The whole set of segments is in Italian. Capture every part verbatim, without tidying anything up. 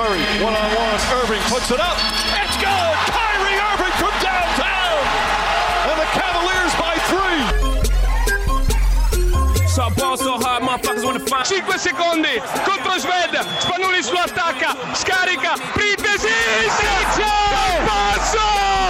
Curry, one-on-one, Irving puts it up, it's good! Kyrie Irving from downtown! And the Cavaliers by three! So ball so hard, motherfuckers wanna find. cinque secondi contro Sved, Spanulis lo attacca, scarica, Printesi, Sixo, passo,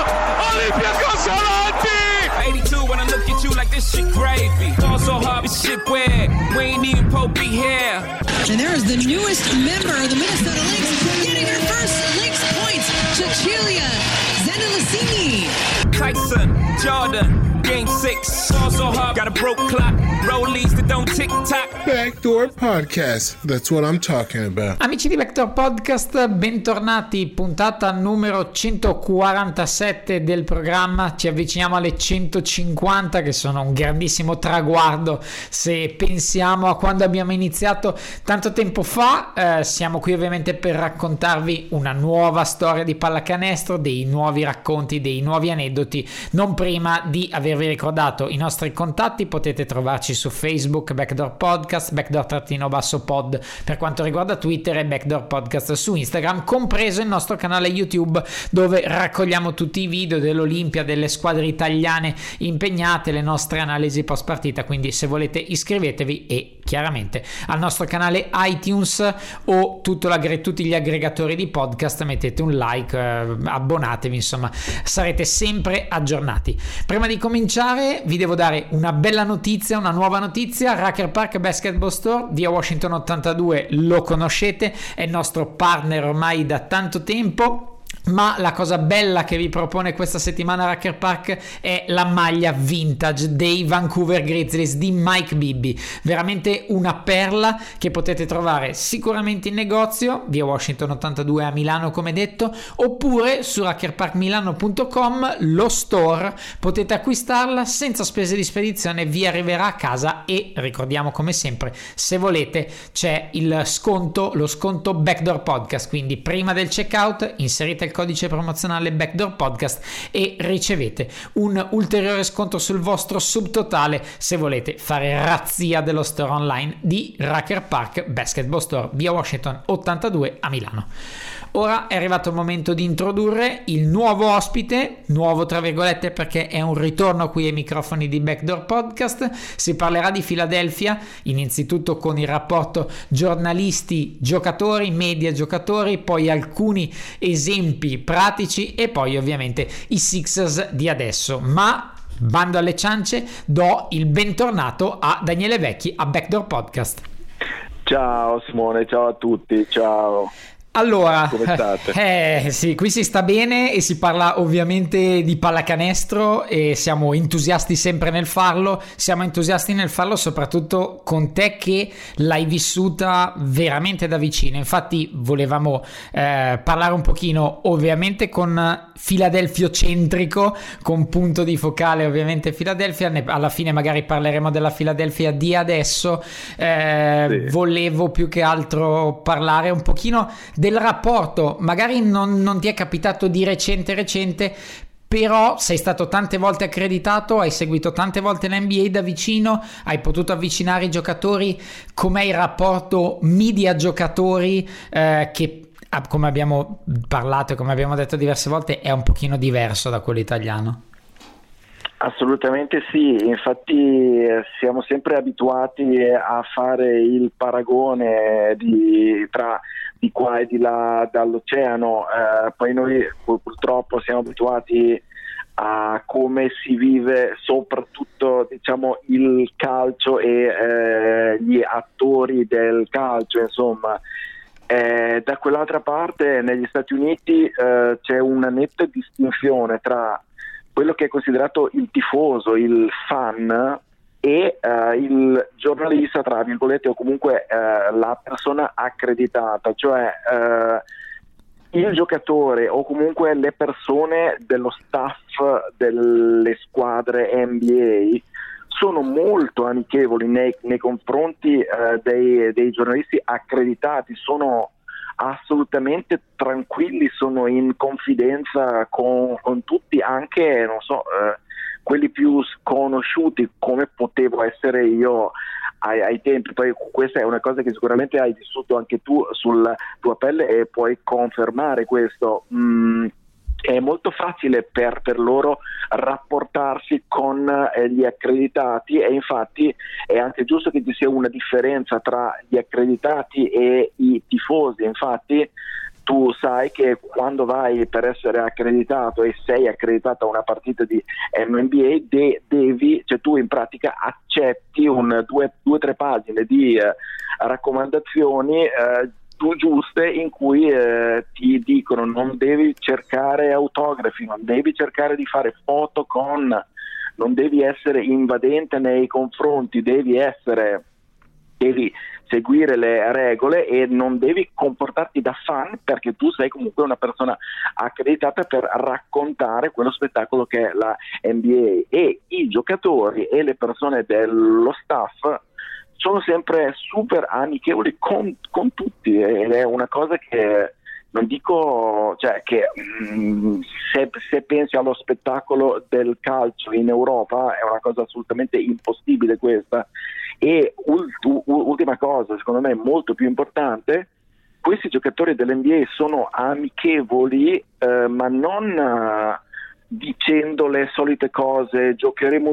Olympiacos avanti! eighty-two when I look at you like this shit gravy. Ball so hard, this shit weird. We ain't even Pope be here. And there is the newest member of the Minnesota Lynx getting her first Lynx points, Cecilia Zendelicini. Tyson, Jordan, game six. Ball so hard, got a broke clock. Rollies that don't tick tock. Backdoor Podcast, that's what I'm talking about. Amici di Backdoor Podcast, bentornati, puntata numero centoquarantasette del programma. Ci avviciniamo alle centocinquanta, che sono un grandissimo traguardo se pensiamo a quando abbiamo iniziato tanto tempo fa. Eh, siamo qui ovviamente per raccontarvi una nuova storia di pallacanestro, dei nuovi racconti, dei nuovi aneddoti. Non prima di avervi ricordato i nostri contatti, potete trovarci su Facebook Backdoor Podcast, Backdoor-Pod per quanto riguarda Twitter e Backdoor Podcast su Instagram, compreso il nostro canale YouTube dove raccogliamo tutti i video dell'Olimpia, delle squadre italiane impegnate, le nostre analisi post partita. Quindi se volete iscrivetevi, e chiaramente al nostro canale iTunes o tutto l'aggre- tutti gli aggregatori di podcast, mettete un like, eh, abbonatevi, insomma sarete sempre aggiornati. Prima di cominciare vi devo dare una bella notizia, una nuova notizia. Rucker Park Basketball Store, via Washington ottantadue, lo conoscete, è il nostro partner ormai da tanto tempo. Ma la cosa bella che vi propone questa settimana Rucker Park è la maglia vintage dei Vancouver Grizzlies di Mike Bibby, veramente una perla che potete trovare sicuramente in negozio via Washington ottantadue a Milano, come detto, oppure su rucker park milano punto com, lo store, potete acquistarla senza spese di spedizione, vi arriverà a casa. E ricordiamo, come sempre, se volete c'è il sconto, lo sconto Backdoor Podcast, quindi prima del checkout inserite il codice promozionale Backdoor Podcast e ricevete un ulteriore sconto sul vostro subtotale se volete fare razzia dello store online di Rucker Park Basketball Store via Washington ottantadue a Milano. Ora è arrivato il momento di introdurre il nuovo ospite, nuovo tra virgolette perché è un ritorno qui ai microfoni di Backdoor Podcast. Si parlerà di Philadelphia, innanzitutto con il rapporto giornalisti-giocatori, media-giocatori, poi alcuni esempi pratici e poi ovviamente i Sixers di adesso. Ma bando alle ciance, do il bentornato a Daniele Vecchi a Backdoor Podcast. Ciao Simone, ciao a tutti, ciao. Allora, come state? Eh, sì, qui si sta bene e si parla ovviamente di pallacanestro e siamo entusiasti sempre nel farlo, siamo entusiasti nel farlo soprattutto con te che l'hai vissuta veramente da vicino. Infatti volevamo eh, parlare un pochino ovviamente con filadelfio-centrico, con punto di focale ovviamente Philadelphia, ne, alla fine magari parleremo della Philadelphia di adesso. Eh, sì. Volevo più che altro parlare un pochino del rapporto, magari non, non ti è capitato di recente recente, però sei stato tante volte accreditato, hai seguito tante volte l'N B A da vicino, hai potuto avvicinare i giocatori. Com'è il rapporto media giocatori eh, che, come abbiamo parlato e come abbiamo detto diverse volte, è un pochino diverso da quello italiano? Assolutamente sì, infatti siamo sempre abituati a fare il paragone di, tra di qua e di là dall'oceano, eh, poi noi purtroppo siamo abituati a come si vive soprattutto diciamo il calcio e eh, gli attori del calcio, insomma. Eh, da quell'altra parte negli Stati Uniti eh, c'è una netta distinzione tra quello che è considerato il tifoso, il fan, e uh, il giornalista, tra virgolette, o comunque uh, la persona accreditata, cioè uh, il giocatore o comunque le persone dello staff delle squadre N B A sono molto amichevoli nei, nei confronti uh, dei, dei giornalisti accreditati, sono assolutamente tranquilli, sono in confidenza con, con tutti, anche non so eh, quelli più sconosciuti come potevo essere io ai, ai tempi. Poi questa è una cosa che sicuramente hai vissuto anche tu sulla tua pelle e puoi confermare questo. Mm, è molto facile per, per loro rapportarsi con eh, gli accreditati, e infatti è anche giusto che ci sia una differenza tra gli accreditati e i tifosi. Infatti tu sai che quando vai per essere accreditato e sei accreditato a una partita di N B A, de- devi, cioè tu in pratica accetti un due o tre pagine di eh, raccomandazioni eh, giuste, in cui eh, ti dicono non devi cercare autografi, non devi cercare di fare foto con, non devi essere invadente nei confronti, devi essere devi seguire le regole e non devi comportarti da fan, perché tu sei comunque una persona accreditata per raccontare quello spettacolo che è la N B A, e i giocatori e le persone dello staff sono sempre super amichevoli con, con tutti, ed è una cosa che non dico, cioè che mh, se, se pensi allo spettacolo del calcio in Europa è una cosa assolutamente impossibile questa. E ult- ultima cosa, secondo me molto più importante, questi giocatori dell'N B A sono amichevoli, eh, ma non uh, dicendo le solite cose, giocheremo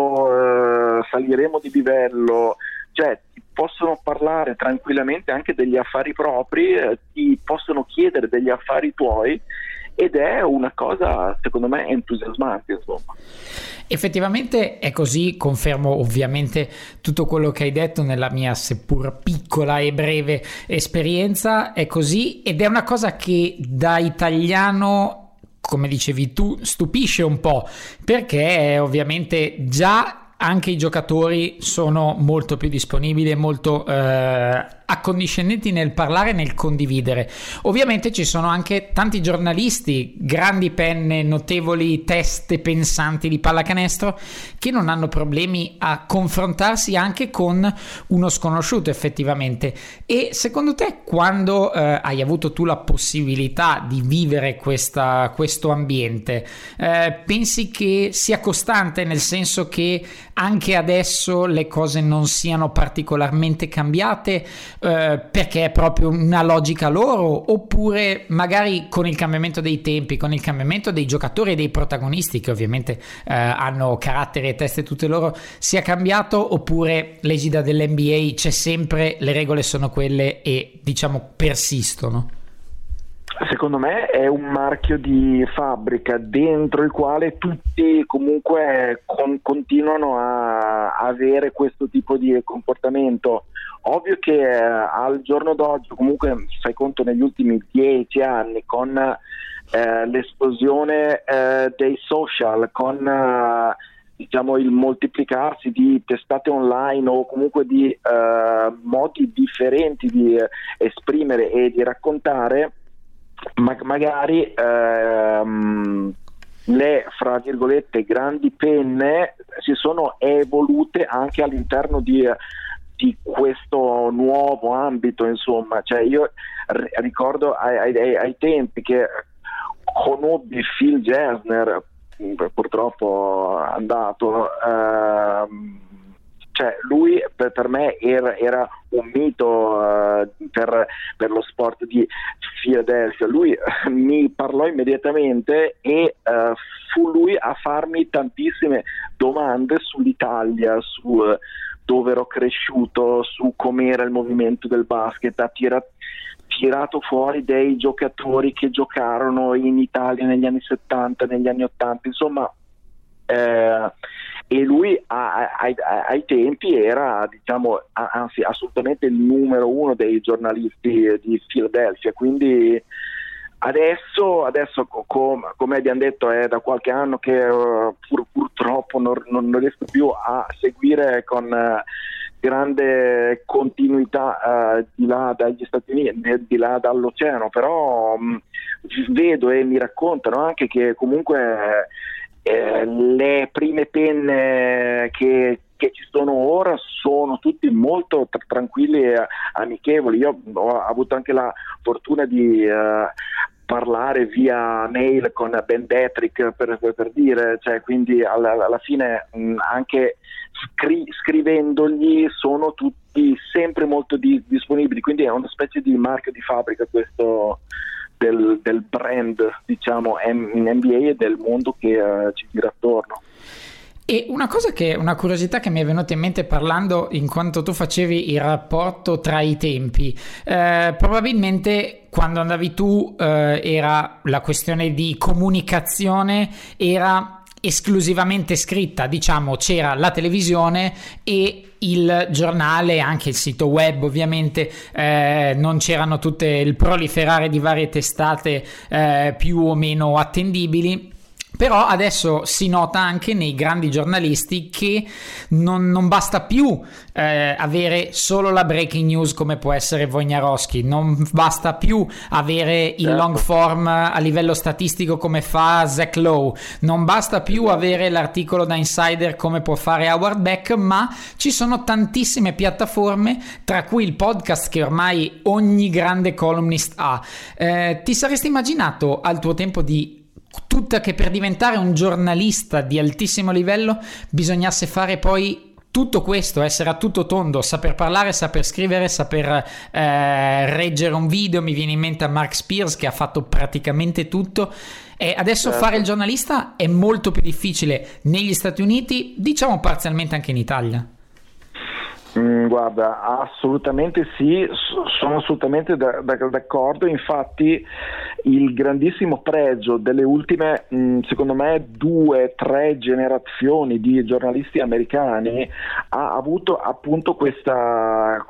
duro, uh, saliremo di livello, cioè ti possono parlare tranquillamente anche degli affari propri, eh, ti possono chiedere degli affari tuoi, ed è una cosa secondo me entusiasmante, insomma. Effettivamente è così, confermo ovviamente tutto quello che hai detto nella mia seppur piccola e breve esperienza, è così, ed è una cosa che da italiano, come dicevi tu, stupisce un po', perché ovviamente già anche i giocatori sono molto più disponibili e molto eh, accondiscendenti nel parlare e nel condividere. Ovviamente ci sono anche tanti giornalisti, grandi penne, notevoli teste pensanti di pallacanestro, che non hanno problemi a confrontarsi anche con uno sconosciuto effettivamente. E secondo te, quando eh, hai avuto tu la possibilità di vivere questa, questo ambiente, eh, pensi che sia costante, nel senso che anche adesso le cose non siano particolarmente cambiate eh, perché è proprio una logica loro, oppure magari con il cambiamento dei tempi, con il cambiamento dei giocatori e dei protagonisti, che ovviamente eh, hanno carattere e teste tutte loro, sia cambiato, oppure l'egida dell'N B A c'è sempre, le regole sono quelle e diciamo persistono? Secondo me è un marchio di fabbrica dentro il quale tutti comunque con, continuano a avere questo tipo di comportamento. Ovvio che eh, al giorno d'oggi, comunque fai conto negli ultimi dieci anni, con eh, l'esplosione eh, dei social, con eh, diciamo il moltiplicarsi di testate online o comunque di eh, modi differenti di eh, esprimere e di raccontare, Ma- magari ehm, le, fra virgolette, grandi penne si sono evolute anche all'interno di, di questo nuovo ambito, insomma. Cioè io r- ricordo ai, ai, ai tempi che conobbi Phil Jassner, purtroppo andato, ehm, cioè lui per, per me era, era un mito uh, per, per lo sport di Philadelphia. Lui uh, mi parlò immediatamente e uh, fu lui a farmi tantissime domande sull'Italia, su uh, dove ero cresciuto, su com'era il movimento del basket. Ha tirato, tirato fuori dei giocatori che giocarono in Italia negli anni settanta, negli anni ottanta, insomma. Eh, e lui a, a, a, ai tempi era, diciamo, anzi assolutamente il numero uno dei giornalisti di Philadelphia, quindi adesso, adesso com, come abbiamo detto, è da qualche anno che uh, pur, purtroppo non, non riesco più a seguire con uh, grande continuità uh, di là dagli Stati Uniti, di là dall'oceano, però um, vedo e mi raccontano anche che comunque Eh, le prime penne che, che ci sono ora sono tutti molto tra- tranquilli e amichevoli. Io ho avuto anche la fortuna di uh, parlare via mail con Ben Detrick per, per, per dire, cioè, quindi alla, alla fine mh, anche scri- scrivendogli sono tutti sempre molto di- disponibili, quindi è una specie di marchio di fabbrica questo del, del brand, diciamo, in N B A e del mondo che uh, ci gira attorno. E una cosa che, una curiosità che mi è venuta in mente parlando in quanto tu facevi il rapporto tra i tempi, eh, probabilmente quando andavi tu eh, era la questione di comunicazione era esclusivamente scritta, diciamo c'era la televisione e il giornale, anche il sito web ovviamente, eh, non c'erano tutte il proliferare di varie testate eh, più o meno attendibili. Però adesso si nota anche nei grandi giornalisti che non, non basta più eh, avere solo la breaking news come può essere Wojnarowski, non basta più avere il long form a livello statistico come fa Zach Lowe, non basta più avere l'articolo da insider come può fare Howard Beck, ma ci sono tantissime piattaforme, tra cui il podcast che ormai ogni grande columnist ha. Eh, ti saresti immaginato al tuo tempo di tutta che per diventare un giornalista di altissimo livello bisognasse fare poi tutto questo, essere a tutto tondo, saper parlare, saper scrivere, saper eh, reggere un video? Mi viene in mente a Mark Spears che ha fatto praticamente tutto, e adesso certo. Fare il giornalista è molto più difficile negli Stati Uniti, diciamo parzialmente anche in Italia. Mm, guarda, assolutamente sì, sono assolutamente da, da, d'accordo. Infatti il grandissimo pregio delle ultime, mh, secondo me, due, tre generazioni di giornalisti americani ha avuto appunto questa,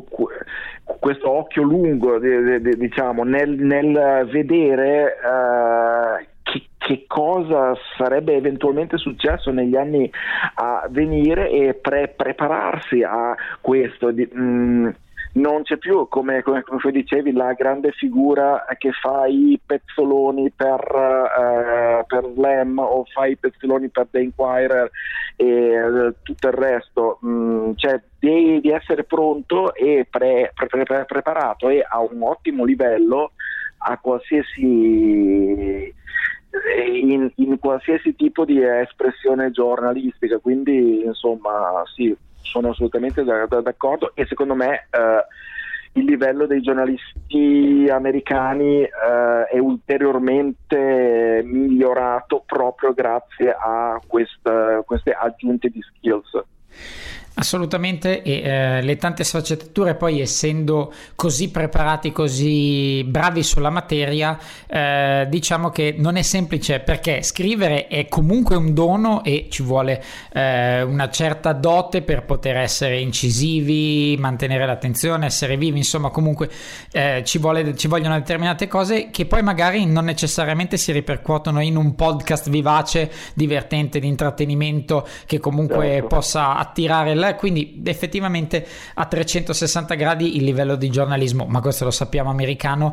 questo occhio lungo, diciamo, nel, nel vedere uh, che, che cosa sarebbe eventualmente successo negli anni a venire e pre- prepararsi a questo. Di, mh, non c'è più, come, come, come dicevi, la grande figura che fa i pezzoloni per, uh, per Slam o fa i pezzoloni per The Inquirer e uh, tutto il resto. Mm, cioè di, di essere pronto e pre, pre, pre, preparato e a un ottimo livello a qualsiasi In, in qualsiasi tipo di espressione giornalistica, quindi insomma sì, sono assolutamente da, da, d'accordo, e secondo me eh, il livello dei giornalisti americani eh, è ulteriormente migliorato proprio grazie a questa, queste aggiunte di skills. Assolutamente, e eh, le tante sfaccettature, poi essendo così preparati, così bravi sulla materia, eh, diciamo che non è semplice, perché scrivere è comunque un dono e ci vuole eh, una certa dote per poter essere incisivi, mantenere l'attenzione, essere vivi, insomma comunque eh, ci, vuole, ci vogliono determinate cose che poi magari non necessariamente si ripercuotono in un podcast vivace, divertente, di intrattenimento, che comunque certo. possa attirare la quindi effettivamente a trecentosessanta gradi il livello di giornalismo, ma questo lo sappiamo, americano,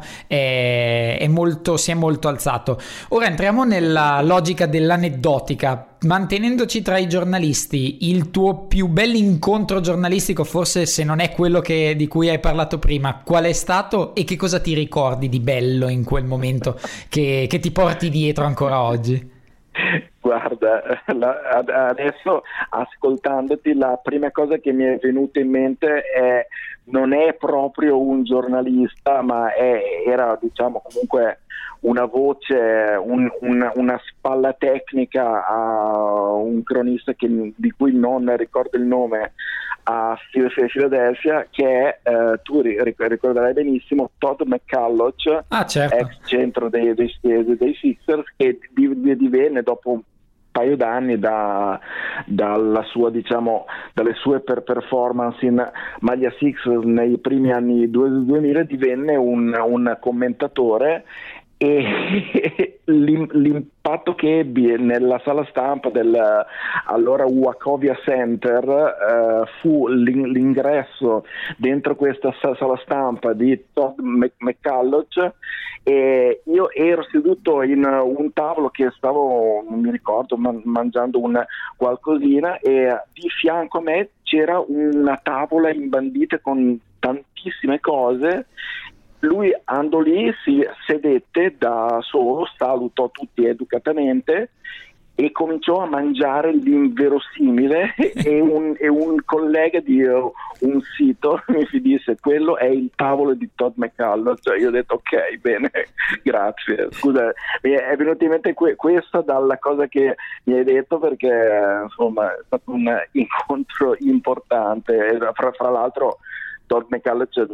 è, è molto, si è molto alzato. Ora entriamo nella logica dell'aneddotica, mantenendoci tra i giornalisti. Il tuo più bell'incontro giornalistico, forse se non è quello che, di cui hai parlato prima, qual è stato e che cosa ti ricordi di bello in quel momento che, che ti porti dietro ancora oggi? Guarda, la, adesso ascoltandoti la prima cosa che mi è venuta in mente è non è proprio un giornalista, ma è, era diciamo comunque una voce, un, un, una spalla tecnica a un cronista che, di cui non ricordo il nome, a Philadelphia, che è, eh, tu ricorderai benissimo, Todd McCulloch, ah, certo. ex centro dei, dei, dei Sixers, che divenne dopo un paio d'anni da, dalla sua, diciamo, dalle sue per performance in maglia Sixers nei primi anni duemila, divenne un, un commentatore, e l'impatto che ebbi nella sala stampa del allora Wachovia Center uh, fu l'ingresso dentro questa sala stampa di Todd McCulloch, e io ero seduto in un tavolo che stavo, non mi ricordo, man- mangiando una qualcosina, e di fianco a me c'era una tavola imbandita con tantissime cose. lui andò lì, si sedette da solo, salutò tutti educatamente e cominciò a mangiare l'inverosimile e, un, e un collega di uh, un sito mi disse: quello è il tavolo di Todd McCullough. Cioè io ho detto ok, bene, grazie. Scusa, mi è venuta in mente que- questa dalla cosa che mi hai detto, perché insomma è stato un incontro importante. Fra, fra l'altro Todd McCullough è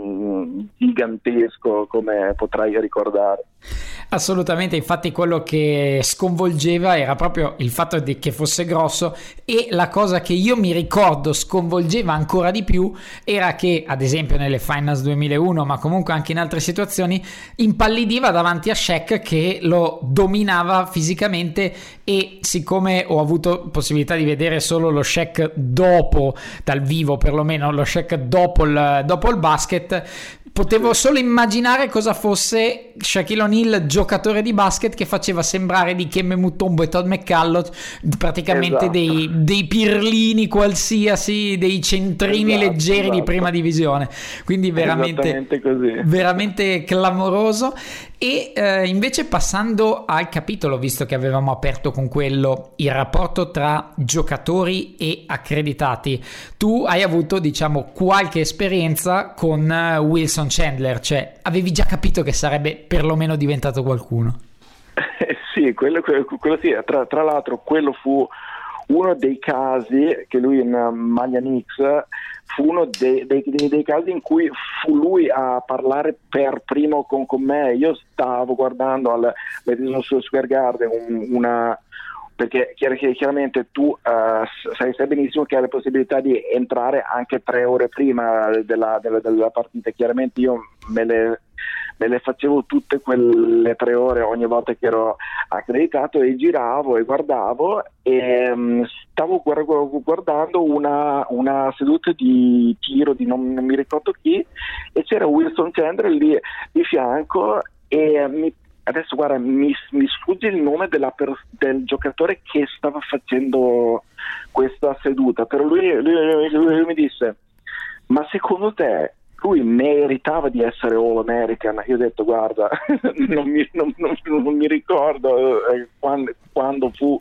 gigantesco, come potrai ricordare. Assolutamente, infatti quello che sconvolgeva era proprio il fatto di che fosse grosso, e la cosa che io mi ricordo sconvolgeva ancora di più era che, ad esempio nelle Finals duemilauno, ma comunque anche in altre situazioni, impallidiva davanti a Shaq che lo dominava fisicamente, e siccome ho avuto possibilità di vedere solo lo Shaq dopo, dal vivo perlomeno, lo Shaq dopo il, dopo il basket, potevo solo immaginare cosa fosse Shaquille O'Neal, giocatore di basket, che faceva sembrare Dikembe Mutombo e Todd McCullough praticamente esatto. dei, dei pirlini qualsiasi, dei centrini esatto, leggeri esatto. di prima divisione, quindi veramente, così. veramente clamoroso. E eh, invece passando al capitolo, visto che avevamo aperto con quello, il rapporto tra giocatori e accreditati, tu hai avuto, diciamo, qualche esperienza con uh, Wilson Chandler, cioè avevi già capito che sarebbe perlomeno diventato qualcuno? Eh, sì, quello, quello, quello sì, tra, tra l'altro quello fu uno dei casi che lui in uh, maglia Knicks fu uno dei, dei, dei, dei casi in cui fu lui a parlare per primo con, con me. Io stavo guardando al Madison Square Garden un, una perché chiaramente tu uh, sai, sai benissimo che hai la possibilità di entrare anche tre ore prima della, della, della partita. Chiaramente io me le me le facevo tutte quelle tre ore ogni volta che ero accreditato, e giravo e guardavo, e um, stavo guardando una, una seduta di tiro di non, non mi ricordo chi, e c'era Wilson Chandler lì di fianco, e mi, adesso guarda mi, mi sfugge il nome della per, del giocatore che stava facendo questa seduta, però lui, lui, lui, lui mi disse: ma secondo te lui meritava di essere All American? Io ho detto guarda, non, mi, non, non, non mi ricordo eh, quando, quando fu,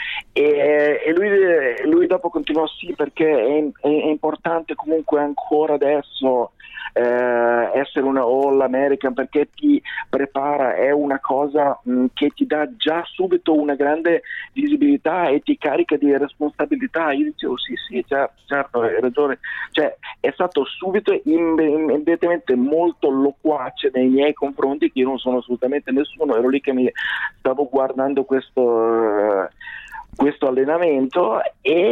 e, e lui, lui dopo continuò: sì, perché è, è, è importante comunque ancora adesso eh, essere una All American, perché ti prepara, è una cosa mh, che ti dà già subito una grande visibilità e ti carica di responsabilità. Io dicevo sì sì certo, certo hai ragione, cioè è stato subito immediatamente molto loquace nei miei confronti, che io non sono assolutamente nessuno, ero lì che mi stavo guardando questo uh, questo allenamento,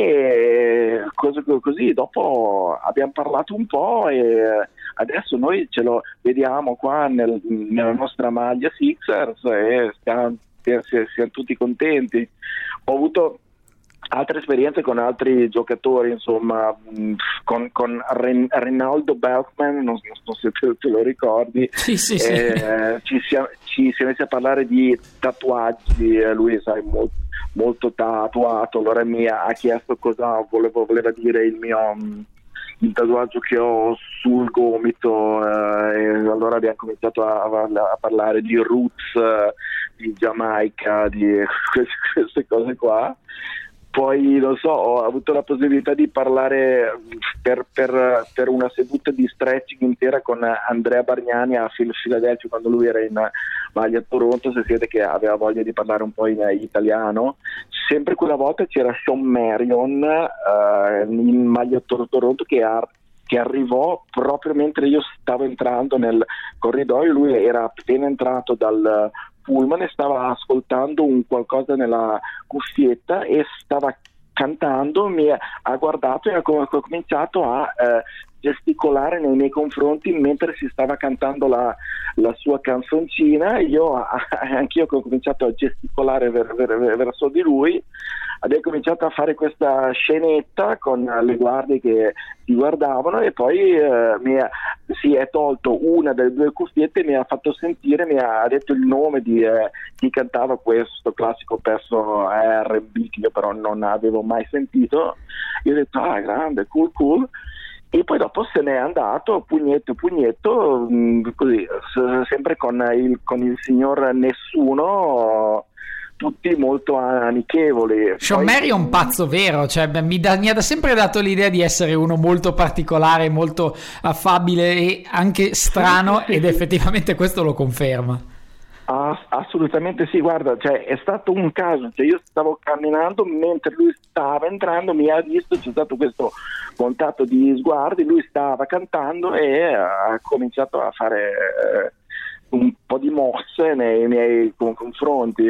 e così, così dopo abbiamo parlato un po', e adesso noi ce lo vediamo qua nel, nella nostra maglia Sixers, e stiamo, siamo tutti contenti. Ho avuto altre esperienze con altri giocatori, insomma, con, con Ren, Rinaldo Belkman, non, non so se te, te lo ricordi. Sì, sì, eh, sì. Ci siamo, ci siamo messi a parlare di tatuaggi, lui sai molto, molto tatuato, allora mi ha chiesto cosa volevo, voleva dire il mio il tatuaggio che ho sul gomito, eh, e allora abbiamo cominciato a, a parlare di roots, eh, di Giamaica, di queste cose qua. Poi non so, ho avuto la possibilità di parlare per, per, per una seduta di stretching intera con Andrea Bargnani a Philadelphia, quando lui era in maglia Toronto. Si vede che aveva voglia di parlare un po' in italiano. Sempre quella volta c'era Sean Marion uh, in maglia Toronto che ha che arrivò proprio mentre io stavo entrando nel corridoio. Lui era appena entrato dal pullman e stava ascoltando un qualcosa nella cuffietta e stava cantando, mi ha guardato e ha cominciato a eh, gesticolare nei miei confronti mentre si stava cantando la, la sua canzoncina. Io anch'io ho cominciaato a gesticolare ver, ver, ver, verso di lui. Abbiamo cominciato a fare questa scenetta con le guardie che ti guardavano, e poi eh, mi ha, si è tolto una delle due cuffiette e mi ha fatto sentire, mi ha detto il nome di eh, chi cantava questo classico pezzo R and B che io però non avevo mai sentito. Io ho detto ah grande, cool cool. e poi dopo se n'è andato pugnetto pugnetto, mh, così, s- sempre con il, con il signor Nessuno, tutti molto amichevoli. Sean Poi, Mary è un pazzo vero, cioè mi, da- mi ha da sempre dato l'idea di essere uno molto particolare, molto affabile e anche strano, ed effettivamente questo lo conferma. Ah, assolutamente sì, guarda, cioè, è stato un caso, cioè, io stavo camminando mentre lui stava entrando, mi ha visto, c'è stato questo contatto di sguardi, lui stava cantando e ha cominciato a fare eh, un po' di mosse nei miei confronti.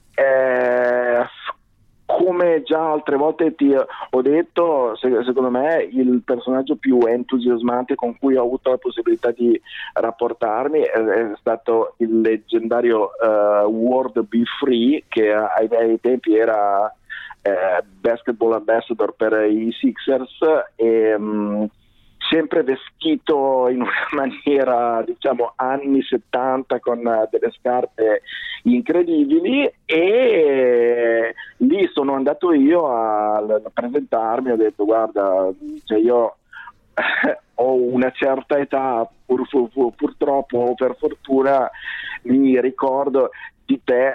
Eh, come già altre volte ti ho detto, se, secondo me il personaggio più entusiasmante con cui ho avuto la possibilità di rapportarmi è, è stato il leggendario uh, World Be Free, che ai miei tempi era eh, basketball ambassador per i Sixers, e um, sempre vestito in una maniera, diciamo, anni settanta, con delle scarpe incredibili, e lì sono andato io a, a presentarmi, ho detto guarda, cioè io ho una certa età, pur, pur, purtroppo o per fortuna mi ricordo di te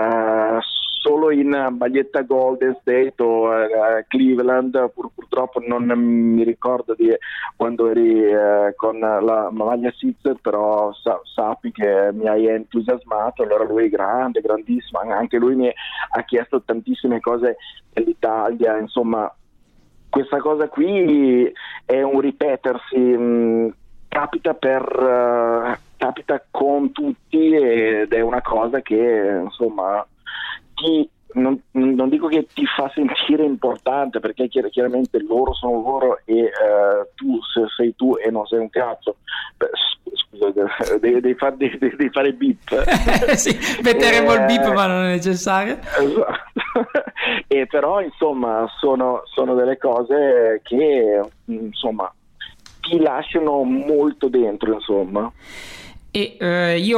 uh, solo in maglietta Golden State o uh, Cleveland, pur, purtroppo non mi ricordo di quando eri uh, con la maglia Sixers, però sa, sappi che mi hai entusiasmato. Allora lui è grande, grandissimo, anche lui mi ha chiesto tantissime cose dell'Italia, insomma questa cosa qui è un ripetersi, mh, capita per uh, capita con tutti, ed è una cosa che insomma ti, non, non dico che ti fa sentire importante, perché chiar- chiaramente loro sono loro e uh, tu sei tu e non sei un cazzo. Beh, scusa, devi, devi, far, devi, devi fare beep. Sì, metteremo eh, il beep, ma non è necessario. Esatto. E però insomma sono, sono delle cose che insomma ti lasciano molto dentro, insomma. E eh, io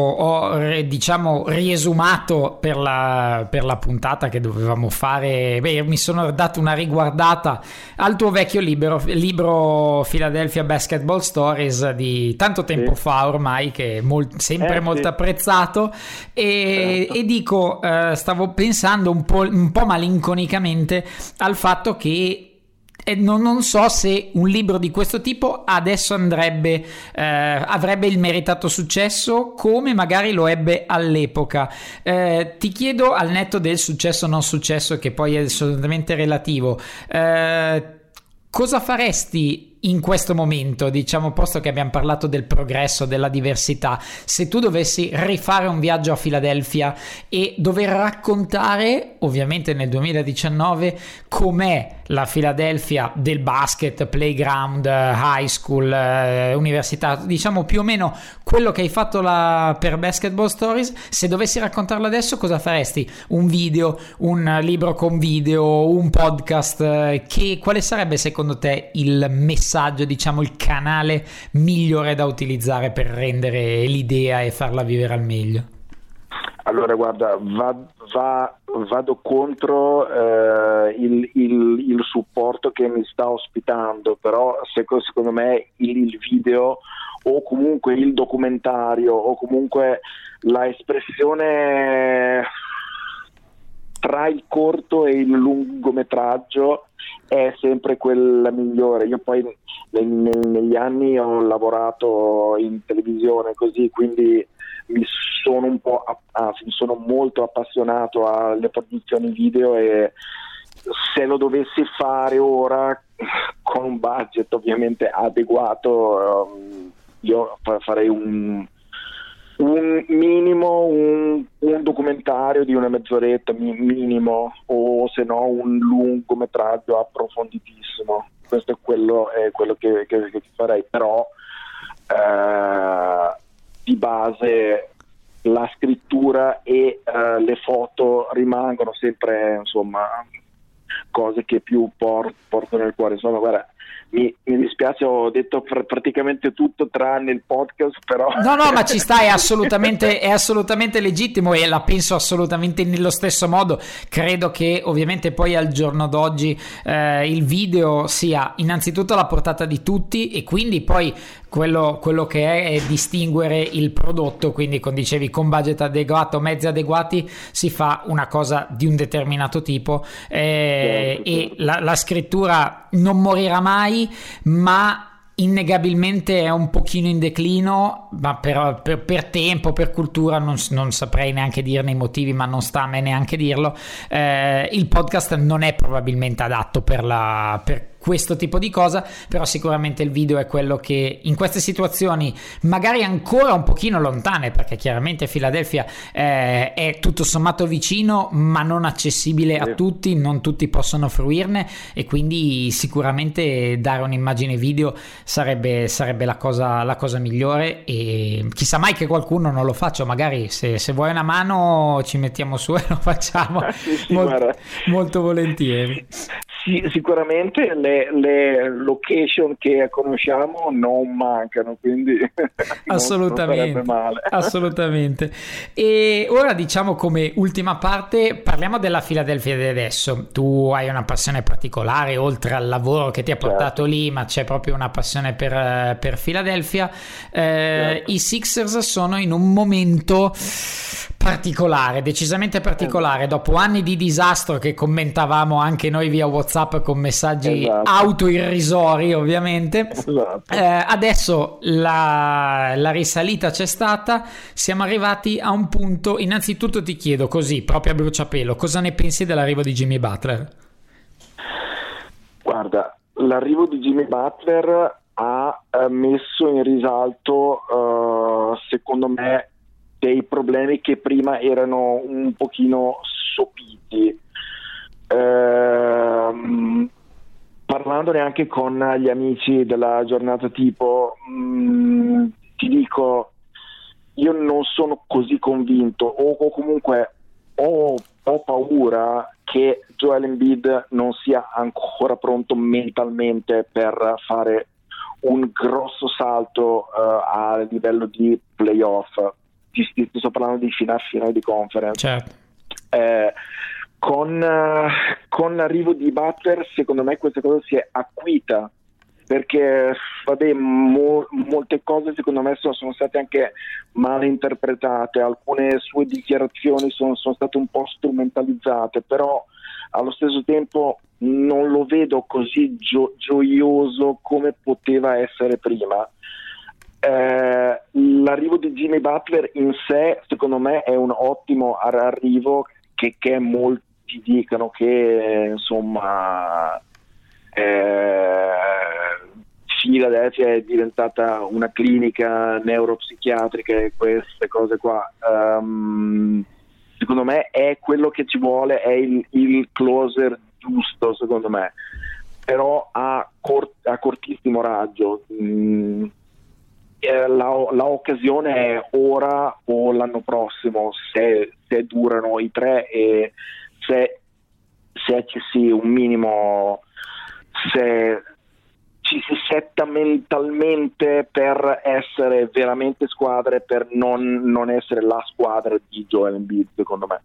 ho eh, diciamo riesumato per la, per la puntata che dovevamo fare. Beh, mi sono dato una riguardata al tuo vecchio libro, libro Philadelphia Basketball Stories, di tanto tempo sì. fa ormai, che è molt, sempre eh, molto sì. apprezzato, e, certo. e dico eh, stavo pensando un po', un po' malinconicamente al fatto che E non, non so se un libro di questo tipo adesso andrebbe eh, avrebbe il meritato successo come magari lo ebbe all'epoca. Eh, ti chiedo, al netto del successo o non successo, che poi è assolutamente relativo, eh, cosa faresti in questo momento, diciamo, posto che abbiamo parlato del progresso, della diversità, se tu dovessi rifare un viaggio a Filadelfia e dover raccontare, ovviamente nel duemiladiciannove, com'è la Filadelfia del basket, playground, high school, eh, università, diciamo più o meno quello che hai fatto la, per Basketball Stories, se dovessi raccontarlo adesso cosa faresti? Un video, un libro con video, un podcast? Eh, che, quale sarebbe secondo te il messaggio, diciamo il canale migliore da utilizzare per rendere l'idea e farla vivere al meglio? Allora guarda, va, va, vado contro eh, il, il, il supporto che mi sta ospitando, però secondo me il, il video o comunque il documentario o comunque la espressione tra il corto e il lungometraggio è sempre quella migliore. Io poi neg- negli anni ho lavorato in televisione così, quindi mi sono un po' ah, sono molto appassionato alle produzioni video, e se lo dovessi fare ora con un budget ovviamente adeguato, um, io farei un un minimo un, un documentario di una mezz'oretta minimo, o se no un lungometraggio approfonditissimo. Questo è quello, è quello che, che, che farei, però eh, di base la scrittura e uh, le foto rimangono sempre insomma cose che più por- porto nel cuore. Insomma, guarda, mi, mi dispiace, ho detto pr- praticamente tutto tranne il podcast, però no no ma ci sta, è assolutamente è assolutamente legittimo e la penso assolutamente nello stesso modo. Credo che ovviamente poi al giorno d'oggi eh, il video sia innanzitutto alla portata di tutti, e quindi poi quello, quello che è è distinguere il prodotto, quindi con dicevi con budget adeguato, mezzi adeguati si fa una cosa di un determinato tipo, eh, certo, e certo. la, la scrittura non morirà mai, ma innegabilmente è un pochino in declino, ma per, per, per tempo, per cultura, non, non saprei neanche dirne i motivi, ma non sta a me neanche dirlo. Eh, il podcast non è probabilmente adatto per la per questo tipo di cosa, però sicuramente il video è quello che in queste situazioni magari ancora un pochino lontane, perché chiaramente Philadelphia eh, è tutto sommato vicino ma non accessibile a tutti, non tutti possono fruirne, e quindi sicuramente dare un'immagine video sarebbe, sarebbe la cosa, la cosa migliore, e chissà mai che qualcuno non lo faccia. Magari se, se vuoi una mano ci mettiamo su e lo facciamo. sì, sì, molto, molto volentieri. Sì, sicuramente le, le location che conosciamo non mancano, quindi assolutamente, non sarebbe male. Assolutamente. E ora, diciamo, come ultima parte, parliamo della Philadelphia di adesso. Tu hai una passione particolare, oltre al lavoro che ti ha portato certo. lì, ma c'è proprio una passione per, per Philadelphia. Eh, certo. I Sixers sono in un momento particolare, decisamente particolare, dopo anni di disastro che commentavamo anche noi via WhatsApp con messaggi esatto. autoirrisori ovviamente. Esatto. Eh, adesso la, la risalita c'è stata, siamo arrivati a un punto. Innanzitutto ti chiedo così, proprio a bruciapelo, cosa ne pensi dell'arrivo di Jimmy Butler? Guarda, l'arrivo di Jimmy Butler ha eh, messo in risalto eh, secondo me dei problemi che prima erano un pochino sopiti. Ehm, parlandone anche con gli amici della giornata tipo, mh, ti dico, io non sono così convinto, o, o comunque ho, ho paura che Joel Embiid non sia ancora pronto mentalmente per fare un grosso salto uh, a livello di playoff. Ti, ti sto parlando di finale, finale di conference. Certo. Eh, con, uh, con l'arrivo di Butler secondo me questa cosa si è acuita, perché vabbè, mo, molte cose secondo me sono, sono state anche mal interpretate, alcune sue dichiarazioni sono, sono state un po' strumentalizzate, però allo stesso tempo non lo vedo così gio- gioioso come poteva essere prima. Eh, l'arrivo di Jimmy Butler in sé secondo me è un ottimo arrivo, che, che molti dicono che insomma eh, Philadelphia è diventata una clinica neuropsichiatrica e queste cose qua. Um, secondo me è quello che ci vuole, è il, il closer giusto secondo me, però a, cort- a cortissimo raggio. Mm, eh, la, la occasione è ora o l'anno prossimo, se, se durano i tre e se, se ci sia un minimo, se ci si setta mentalmente per essere veramente squadre, per non, non essere la squadra di Joel Embiid secondo me.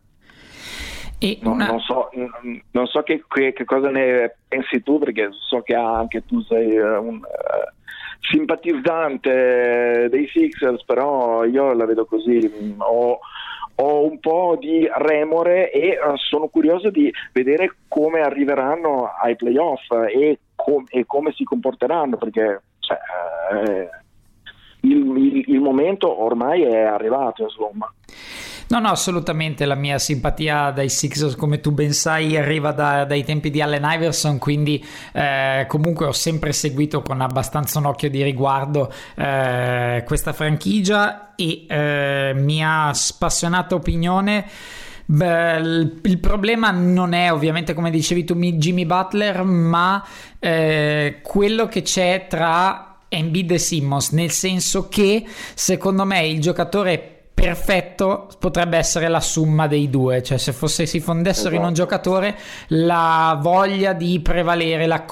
E una... non, non so, non so che, che, che cosa ne pensi tu, perché so che anche tu sei un uh, simpatizzante dei Sixers, però io la vedo così. Ho, ho un po' di remore e uh, sono curioso di vedere come arriveranno ai playoff e, com- e come si comporteranno, perché cioè, eh, il, il, il momento ormai è arrivato, insomma. No, no, assolutamente. La mia simpatia dai Sixers, come tu ben sai, arriva da, dai tempi di Allen Iverson, quindi eh, comunque ho sempre seguito con abbastanza un occhio di riguardo eh, questa franchigia e eh, mia spassionata opinione. Beh, il, il problema non è ovviamente, come dicevi tu, Jimmy Butler, ma eh, quello che c'è tra Embiid e Simmons, nel senso che secondo me il giocatore perfetto potrebbe essere la somma dei due, cioè se fosse si fondessero esatto. in un giocatore, la voglia di prevalere, la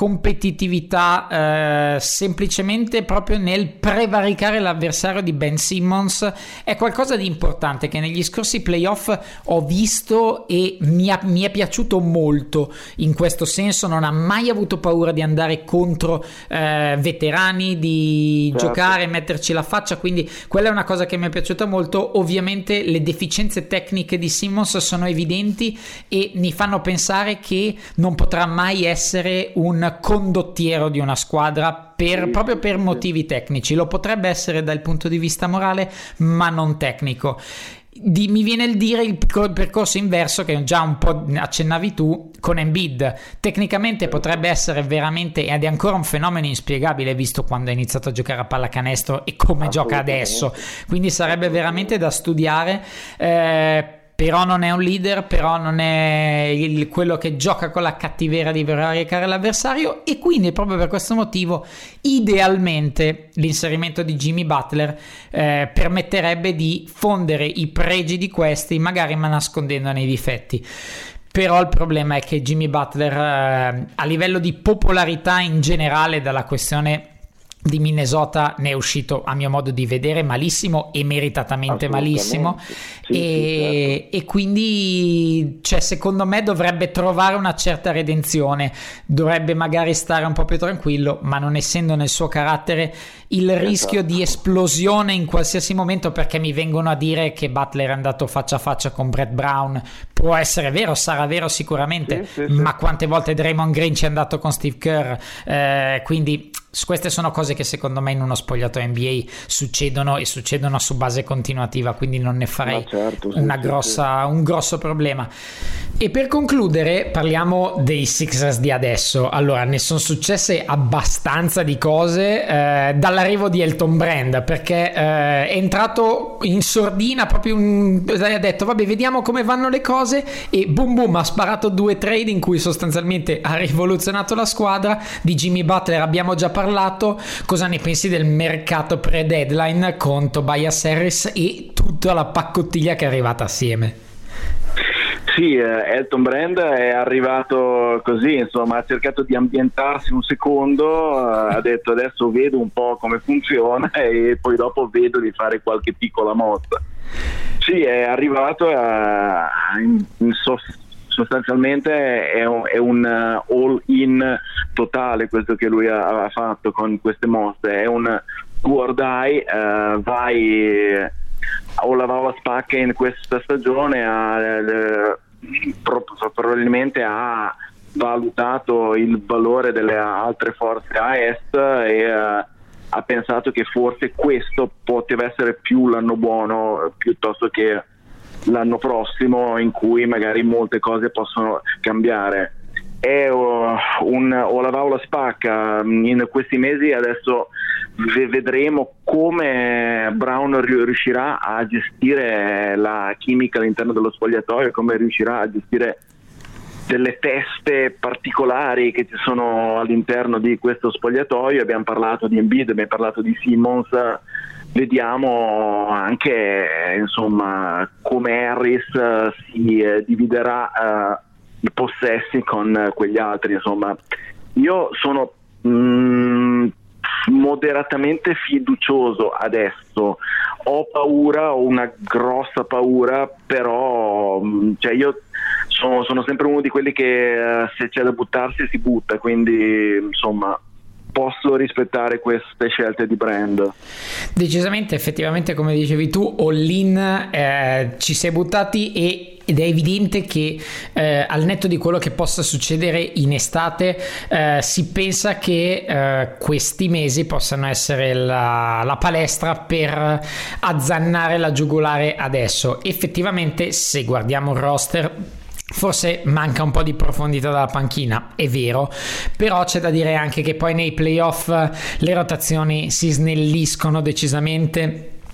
competitività eh, semplicemente proprio nel prevaricare l'avversario di Ben Simmons è qualcosa di importante che negli scorsi playoff ho visto e mi, ha, mi è piaciuto molto in questo senso. Non ha mai avuto paura di andare contro eh, veterani, di certo. giocare, metterci la faccia, quindi quella è una cosa che mi è piaciuta molto. Ovviamente le deficienze tecniche di Simmons sono evidenti e mi fanno pensare che non potrà mai essere un condottiero di una squadra per, proprio per motivi tecnici. Lo potrebbe essere dal punto di vista morale, ma non tecnico. Di, mi viene il dire il percorso inverso che già un po' accennavi tu con Embiid. Tecnicamente potrebbe essere veramente, ed è ancora un fenomeno inspiegabile visto quando ha iniziato a giocare a pallacanestro e come gioca adesso, quindi sarebbe veramente da studiare. eh, però non è un leader, però non è il, quello che gioca con la cattiveria di prevaricare l'avversario, e quindi proprio per questo motivo idealmente l'inserimento di Jimmy Butler eh, permetterebbe di fondere i pregi di questi, magari ma nascondendone i difetti. Però il problema è che Jimmy Butler eh, a livello di popolarità in generale dalla questione di Minnesota ne è uscito, a mio modo di vedere, malissimo e meritatamente malissimo. Sì, e, sì, certo. e quindi cioè, secondo me dovrebbe trovare una certa redenzione, dovrebbe magari stare un po' più tranquillo, ma non essendo nel suo carattere il esatto. rischio di esplosione in qualsiasi momento, perché mi vengono a dire che Butler è andato faccia a faccia con Brett Brown, può essere vero, sarà vero sicuramente, sì, sì, ma sì. quante volte Draymond Green ci è andato con Steve Kerr, eh, quindi queste sono cose che secondo me in uno spogliatoio N B A succedono e succedono su base continuativa, quindi non ne farei certo, sì, una sì, grossa, sì. un grosso problema. E per concludere parliamo dei Sixers di adesso. Allora, ne sono successe abbastanza di cose eh, dall'arrivo di Elton Brand, perché eh, è entrato in sordina, proprio un, ha detto vabbè vediamo come vanno le cose, e boom boom ha sparato due trade in cui sostanzialmente ha rivoluzionato la squadra. Di Jimmy Butler abbiamo già parlato. Cosa ne pensi del mercato pre-deadline con Tobias Harris e tutta la paccottiglia che è arrivata assieme? Sì, Elton Brand è arrivato così, insomma, ha cercato di ambientarsi un secondo, ha detto adesso vedo un po' come funziona e poi dopo vedo di fare qualche piccola mossa. Sì, è arrivato a, in, in sost- sostanzialmente è un, è un all-in totale questo che lui ha, ha fatto con queste mosse, è un do or die, uh, vai o la va spacca in questa stagione, ha, eh, probabilmente ha valutato il valore delle altre forze a est e eh, ha pensato che forse questo poteva essere più l'anno buono piuttosto che l'anno prossimo in cui magari molte cose possono cambiare. È uh, un o la va o la spacca in questi mesi. Adesso vedremo come Brown riuscirà a gestire la chimica all'interno dello spogliatoio, come riuscirà a gestire delle teste particolari che ci sono all'interno di questo spogliatoio. Abbiamo parlato di Embiid, abbiamo parlato di Simmons, vediamo anche insomma come Harris uh, si uh, dividerà uh, i possessi con quegli altri. Insomma, io sono mm, moderatamente fiducioso adesso. Ho paura, ho una grossa paura, però cioè io sono, sono sempre uno di quelli che uh, se c'è da buttarsi si butta, quindi insomma posso rispettare queste scelte di Brand. Decisamente, effettivamente, come dicevi tu, all-in, eh, ci si è buttati e ed è evidente che eh, al netto di quello che possa succedere in estate eh, si pensa che eh, questi mesi possano essere la, la palestra per azzannare la giugulare adesso. Effettivamente, se guardiamo il roster, forse manca un po' di profondità dalla panchina, è vero, però c'è da dire anche che poi nei playoff le rotazioni si snelliscono decisamente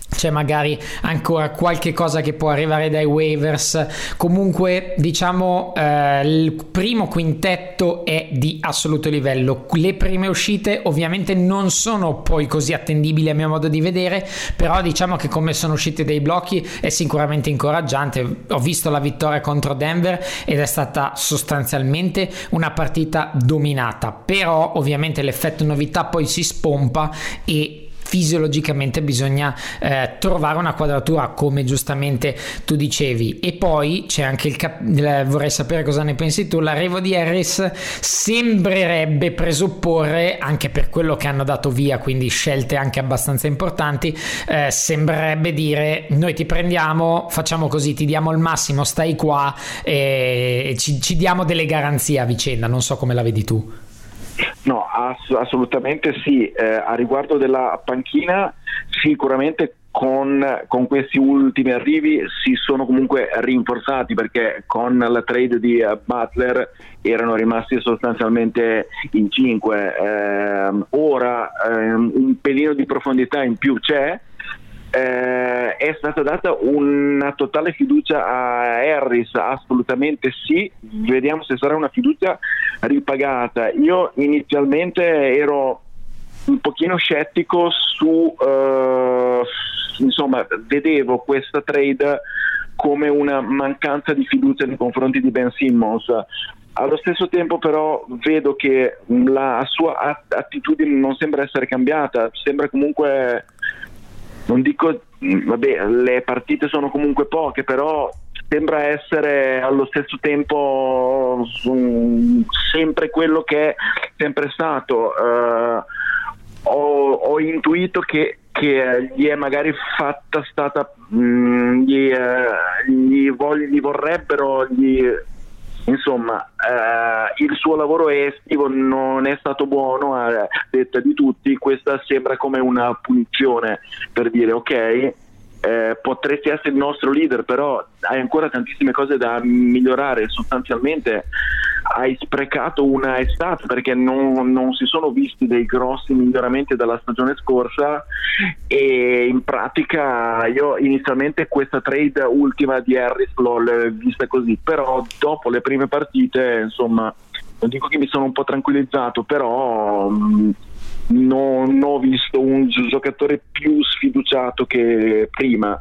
c'è magari ancora qualche cosa che può arrivare dai waivers. Comunque diciamo eh, il primo quintetto è di assoluto livello. Le prime uscite ovviamente non sono poi così attendibili a mio modo di vedere, però diciamo che come sono uscite dei blocchi è sicuramente incoraggiante. Ho visto la vittoria contro Denver ed è stata sostanzialmente una partita dominata, però ovviamente l'effetto novità poi si spompa e fisiologicamente bisogna eh, trovare una quadratura, come giustamente tu dicevi. E poi c'è anche il, cap- il vorrei sapere cosa ne pensi tu, l'arrivo di Harris sembrerebbe presupporre, anche per quello che hanno dato via, quindi scelte anche abbastanza importanti, eh, sembrerebbe dire: noi ti prendiamo, facciamo così, ti diamo il massimo, stai qua e ci, ci diamo delle garanzie a vicenda. Non so come la vedi tu. No, ass- assolutamente sì. Eh, a riguardo della panchina, sicuramente con, con questi ultimi arrivi si sono comunque rinforzati, perché con la trade di uh, Butler erano rimasti sostanzialmente in cinque. Eh, ora eh, un pelino di profondità in più c'è. Eh, è stata data una totale fiducia a Harris? Assolutamente sì. Vediamo se sarà una fiducia ripagata. Io inizialmente ero un pochino scettico su eh, insomma, vedevo questa trade come una mancanza di fiducia nei confronti di Ben Simmons. Allo stesso tempo però vedo che la sua attitudine non sembra essere cambiata, sembra comunque, non dico, vabbè, le partite sono comunque poche, però sembra essere allo stesso tempo um, sempre quello che è sempre stato. Uh, ho, ho intuito che, che gli è magari fatta stata, mh, gli, uh, gli, vog- gli vorrebbero, gli, insomma, uh, il suo lavoro estivo non è stato buono a detta di tutti. Questa sembra come una punizione per dire: ok, eh, potresti essere il nostro leader, però hai ancora tantissime cose da migliorare. Sostanzialmente hai sprecato una estate, perché non, non si sono visti dei grossi miglioramenti dalla stagione scorsa, e in pratica io inizialmente questa trade ultima di Harris l'ho vista così, però dopo le prime partite, insomma, non dico che mi sono un po' tranquillizzato, però mh, non ho visto un giocatore più sfiduciato che prima.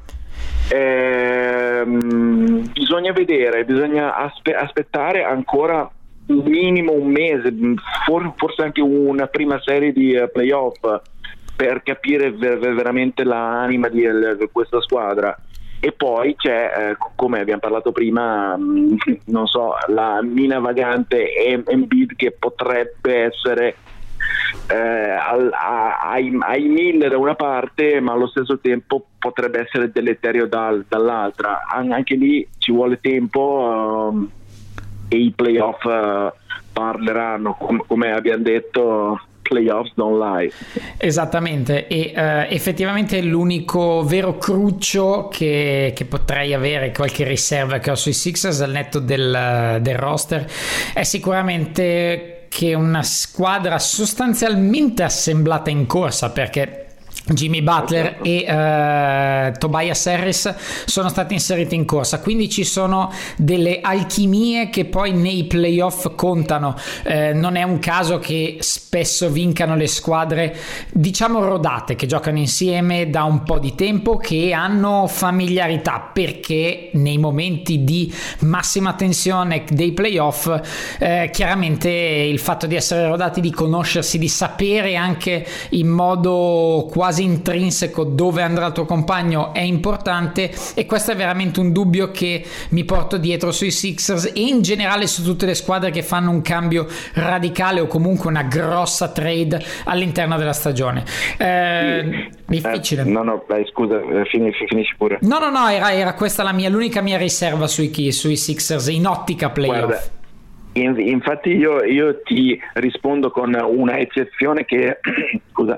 Ehm, bisogna vedere, bisogna aspe- aspettare ancora un minimo un mese, for- forse anche una prima serie di uh, playoff per capire ver- veramente l'anima di, uh, di questa squadra. E poi c'è, eh, come abbiamo parlato prima, mh, non so, la mina vagante Embiid, che potrebbe essere eh, al, a, ai, ai mille da una parte, ma allo stesso tempo potrebbe essere deleterio dal, dall'altra. An- anche lì ci vuole tempo, um, e i playoff uh, parleranno, com- come abbiamo detto. Playoffs don't lie. Esattamente, e uh, effettivamente l'unico vero cruccio che, che potrei avere, qualche riserva che ho sui Sixers al netto del, del roster, è sicuramente che una squadra sostanzialmente assemblata in corsa, perché Jimmy Butler e uh, Tobias Harris sono stati inseriti in corsa, quindi ci sono delle alchimie che poi nei playoff contano. Eh, non è un caso che spesso vincano le squadre, diciamo, rodate, che giocano insieme da un po' di tempo, che hanno familiarità, perché nei momenti di massima tensione dei playoff eh, chiaramente il fatto di essere rodati, di conoscersi, di sapere anche in modo quasi intrinseco dove andrà il tuo compagno è importante, e questo è veramente un dubbio che mi porto dietro sui Sixers e in generale su tutte le squadre che fanno un cambio radicale o comunque una grossa trade all'interno della stagione. Eh, difficile. Eh, no, no, dai, scusa, finisci, finisci pure. No, no, no, era, era questa la mia, l'unica mia riserva sui, sui Sixers in ottica playoff. Guarda, in, infatti io, io ti rispondo con una eccezione che scusa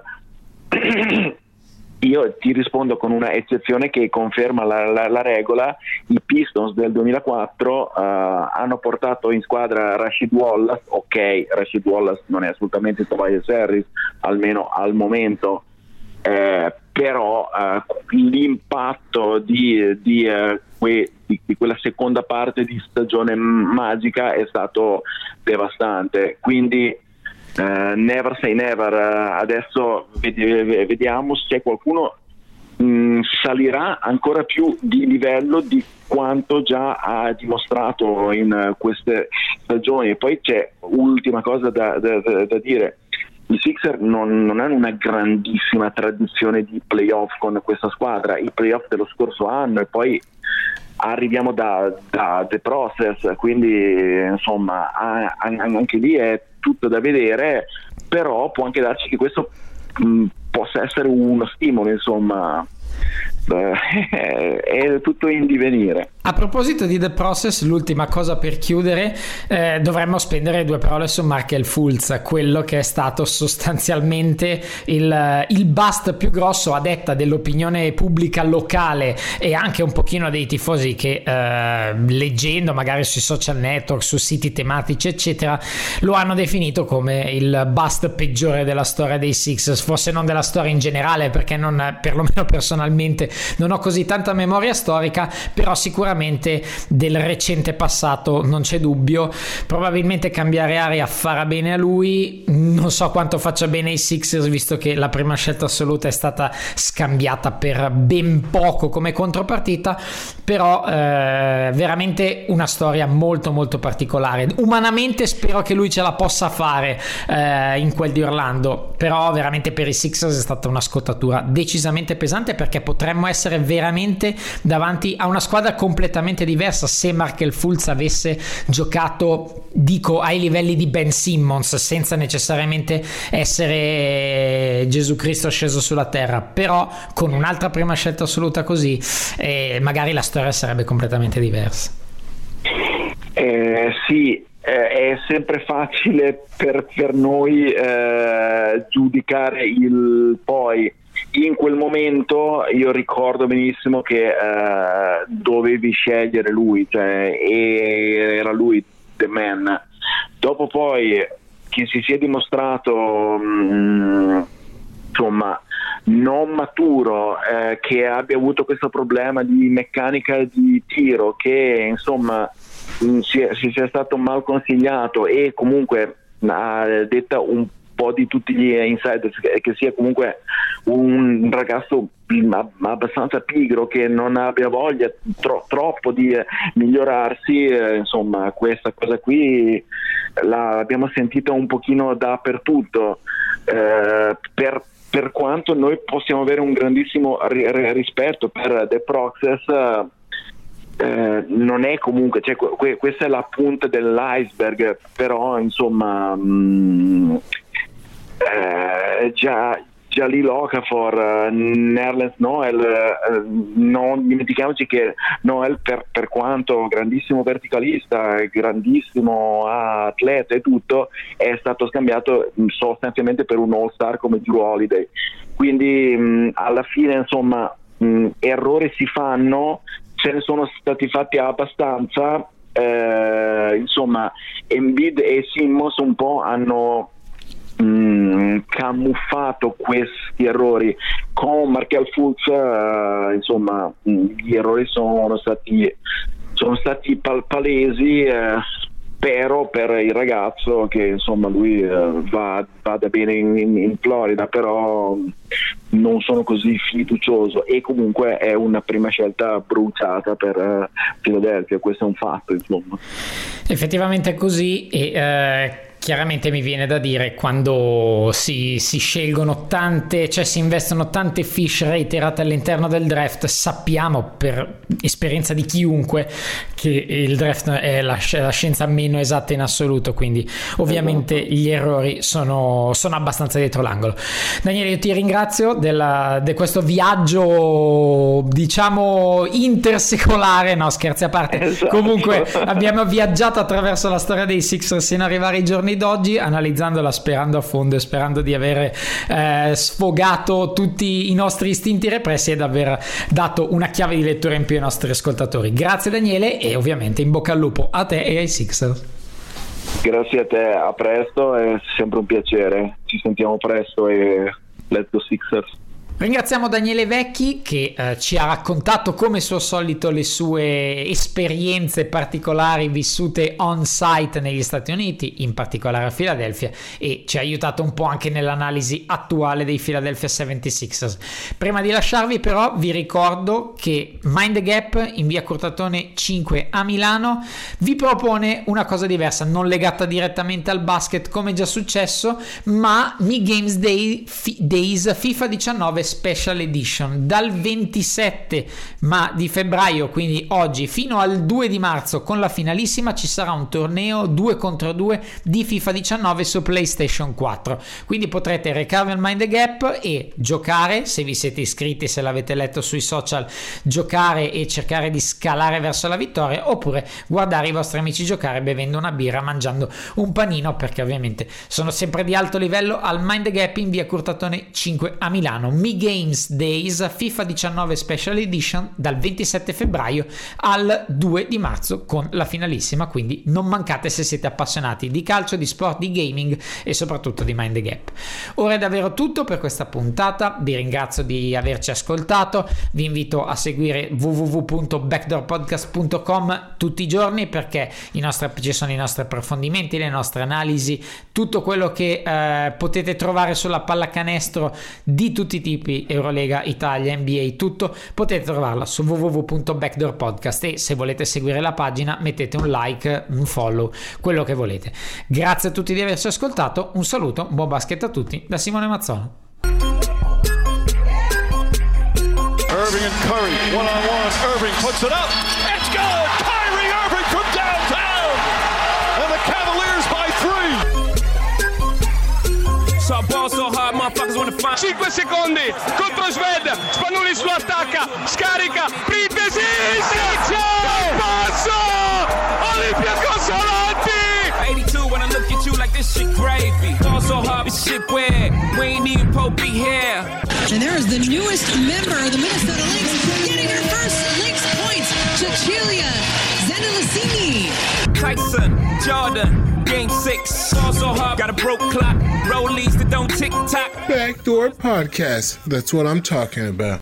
io ti rispondo con una eccezione che conferma la, la, la regola. I Pistons del duemilaquattro uh, hanno portato in squadra Rasheed Wallace. Ok, Rasheed Wallace non è assolutamente Tobias Harris, almeno al momento, eh, però uh, l'impatto di, di, uh, que, di, di quella seconda parte di stagione magica è stato devastante, quindi uh, never say never. Uh, adesso ved- vediamo se qualcuno mh, salirà ancora più di livello di quanto già ha dimostrato in uh, queste stagioni. E poi c'è ultima cosa da, da, da, da dire: i Sixers non, non hanno una grandissima tradizione di playoff con questa squadra, i playoff dello scorso anno, e poi arriviamo da, da The Process, quindi insomma a, a, anche lì è tutto da vedere, però può anche darci che questo mh, possa essere uno stimolo, insomma. È tutto in divenire. A proposito di The Process, l'ultima cosa per chiudere, eh, dovremmo spendere due parole su Markelle Fultz, quello che è stato sostanzialmente il, il bust più grosso a detta dell'opinione pubblica locale e anche un pochino dei tifosi che eh, leggendo magari sui social network, su siti tematici eccetera, lo hanno definito come il bust peggiore della storia dei Sixers, forse non della storia in generale, perché non, perlomeno personalmente non ho così tanta memoria storica, però sicuramente del recente passato non c'è dubbio. Probabilmente cambiare aria farà bene a lui, non so quanto faccia bene ai Sixers, visto che la prima scelta assoluta è stata scambiata per ben poco come contropartita, però eh, veramente una storia molto molto particolare. Umanamente spero che lui ce la possa fare eh, in quel di Orlando, però veramente per i Sixers è stata una scottatura decisamente pesante, perché potremmo essere veramente davanti a una squadra completamente diversa se Markelle Fultz avesse giocato, dico, ai livelli di Ben Simmons, senza necessariamente essere Gesù Cristo sceso sulla terra, però con un'altra prima scelta assoluta così eh, magari la storia sarebbe completamente diversa. Eh, sì, eh, è sempre facile per, per noi eh, giudicare il poi. In quel momento io ricordo benissimo che uh, dovevi scegliere lui, cioè, e era lui the man. Dopo poi che si sia dimostrato mh, insomma non maturo, eh, che abbia avuto questo problema di meccanica di tiro, che insomma mh, si, si sia stato mal consigliato e comunque ha detta un po' di tutti gli insiders che sia comunque un ragazzo abbastanza pigro, che non abbia voglia tro- troppo di migliorarsi, eh, insomma questa cosa qui l'abbiamo sentita un pochino dappertutto, eh, per, per quanto noi possiamo avere un grandissimo ri- rispetto per The Process. Eh, non è comunque, cioè, que- questa è la punta dell'iceberg, però insomma mh, eh, già Jahlil Okafor, Nerlens Noel, eh, non dimentichiamoci che Noel per, per quanto grandissimo verticalista, grandissimo atleta e tutto, è stato scambiato sostanzialmente per un all-star come Jrue Holiday, quindi mh, alla fine insomma mh, errori si fanno, ce ne sono stati fatti abbastanza, eh, insomma Embiid e Simmons un po' hanno mh, camuffato questi errori. Con Markelle Fultz uh, insomma mh, gli errori sono stati sono stati pal- palesi, eh, spero per il ragazzo che insomma lui uh, va, vada bene in, in, in Florida, però non sono così fiducioso, e comunque è una prima scelta bruciata per uh, Philadelphia, questo è un fatto, insomma. Effettivamente è così, e eh, chiaramente mi viene da dire, quando si, si scelgono tante, cioè si investono tante fish reiterate all'interno del draft, sappiamo per esperienza di chiunque che il draft è la, la scienza meno esatta in assoluto, quindi ovviamente gli errori sono, sono abbastanza dietro l'angolo. Daniele, io ti ringrazio della, di questo viaggio, diciamo, intersecolare, no scherzi a parte, esatto. Comunque abbiamo viaggiato attraverso la storia dei Sixers sino ad arrivare ai giorni d'oggi, analizzandola sperando a fondo e sperando di aver eh, sfogato tutti i nostri istinti repressi ed aver dato una chiave di lettura in più ai nostri ascoltatori. Grazie Daniele, e ovviamente in bocca al lupo a te e ai Sixers. Grazie a te, a presto, è sempre un piacere, ci sentiamo presto e let's go Sixers. Ringraziamo Daniele Vecchi che eh, ci ha raccontato come suo solito le sue esperienze particolari vissute on site negli Stati Uniti, in particolare a Philadelphia, e ci ha aiutato un po' anche nell'analisi attuale dei Philadelphia settantasei ers. Prima di lasciarvi però vi ricordo che Mind the Gap in via Curtatone cinque a Milano vi propone una cosa diversa, non legata direttamente al basket come già successo, ma Mi Games Day, F- Days FIFA diciannove Special Edition dal ventisette ma di febbraio, quindi oggi, fino al due di marzo con la finalissima ci sarà un torneo due contro due di FIFA diciannove su PlayStation quattro, quindi potrete recarvi al Mind the Gap e giocare, se vi siete iscritti, se l'avete letto sui social, giocare e cercare di scalare verso la vittoria, oppure guardare i vostri amici giocare bevendo una birra, mangiando un panino, perché ovviamente sono sempre di alto livello al Mind the Gap in via Curtatone cinque a Milano. Mi Games Days FIFA diciannove Special Edition dal ventisette febbraio al due di marzo con la finalissima, quindi non mancate se siete appassionati di calcio, di sport, di gaming e soprattutto di Mind the Gap. Ora è davvero tutto per questa puntata, vi ringrazio di averci ascoltato, vi invito a seguire w w w punto backdoor podcast punto com tutti i giorni, perché i nostri, ci sono i nostri approfondimenti, le nostre analisi, tutto quello che eh, potete trovare sulla pallacanestro di tutti i tipi, Eurolega, Italia, N B A, tutto potete trovarla su w w w punto backdoor podcast, e se volete seguire la pagina mettete un like, un follow, quello che volete. Grazie a tutti di averci ascoltato, un saluto, buon basket a tutti da Simone Mazzola. Irving and Curry, one on one. Irving puts it up. It's good. Kyrie Irving from downtown, and the Cavaliers by three. So I ball so hard, motherfuckers wanna find. cinque secondi contro Sved, Spanulis lo attacca, scarica, Pritesis, passo, Olympiacos avanti. eighty-two when I look at you like this shit gravy. Ball so hard, this shit weird. We ain't even Pope be here. And there is the newest member of the Minnesota Lynx getting her first Lynx points, Cecilia Zendelicini. Tyson, Jordan, game six. Ball so hard, got a broke clock. Rollies that don't tick tock. Backdoor Podcast. That's what I'm talking about.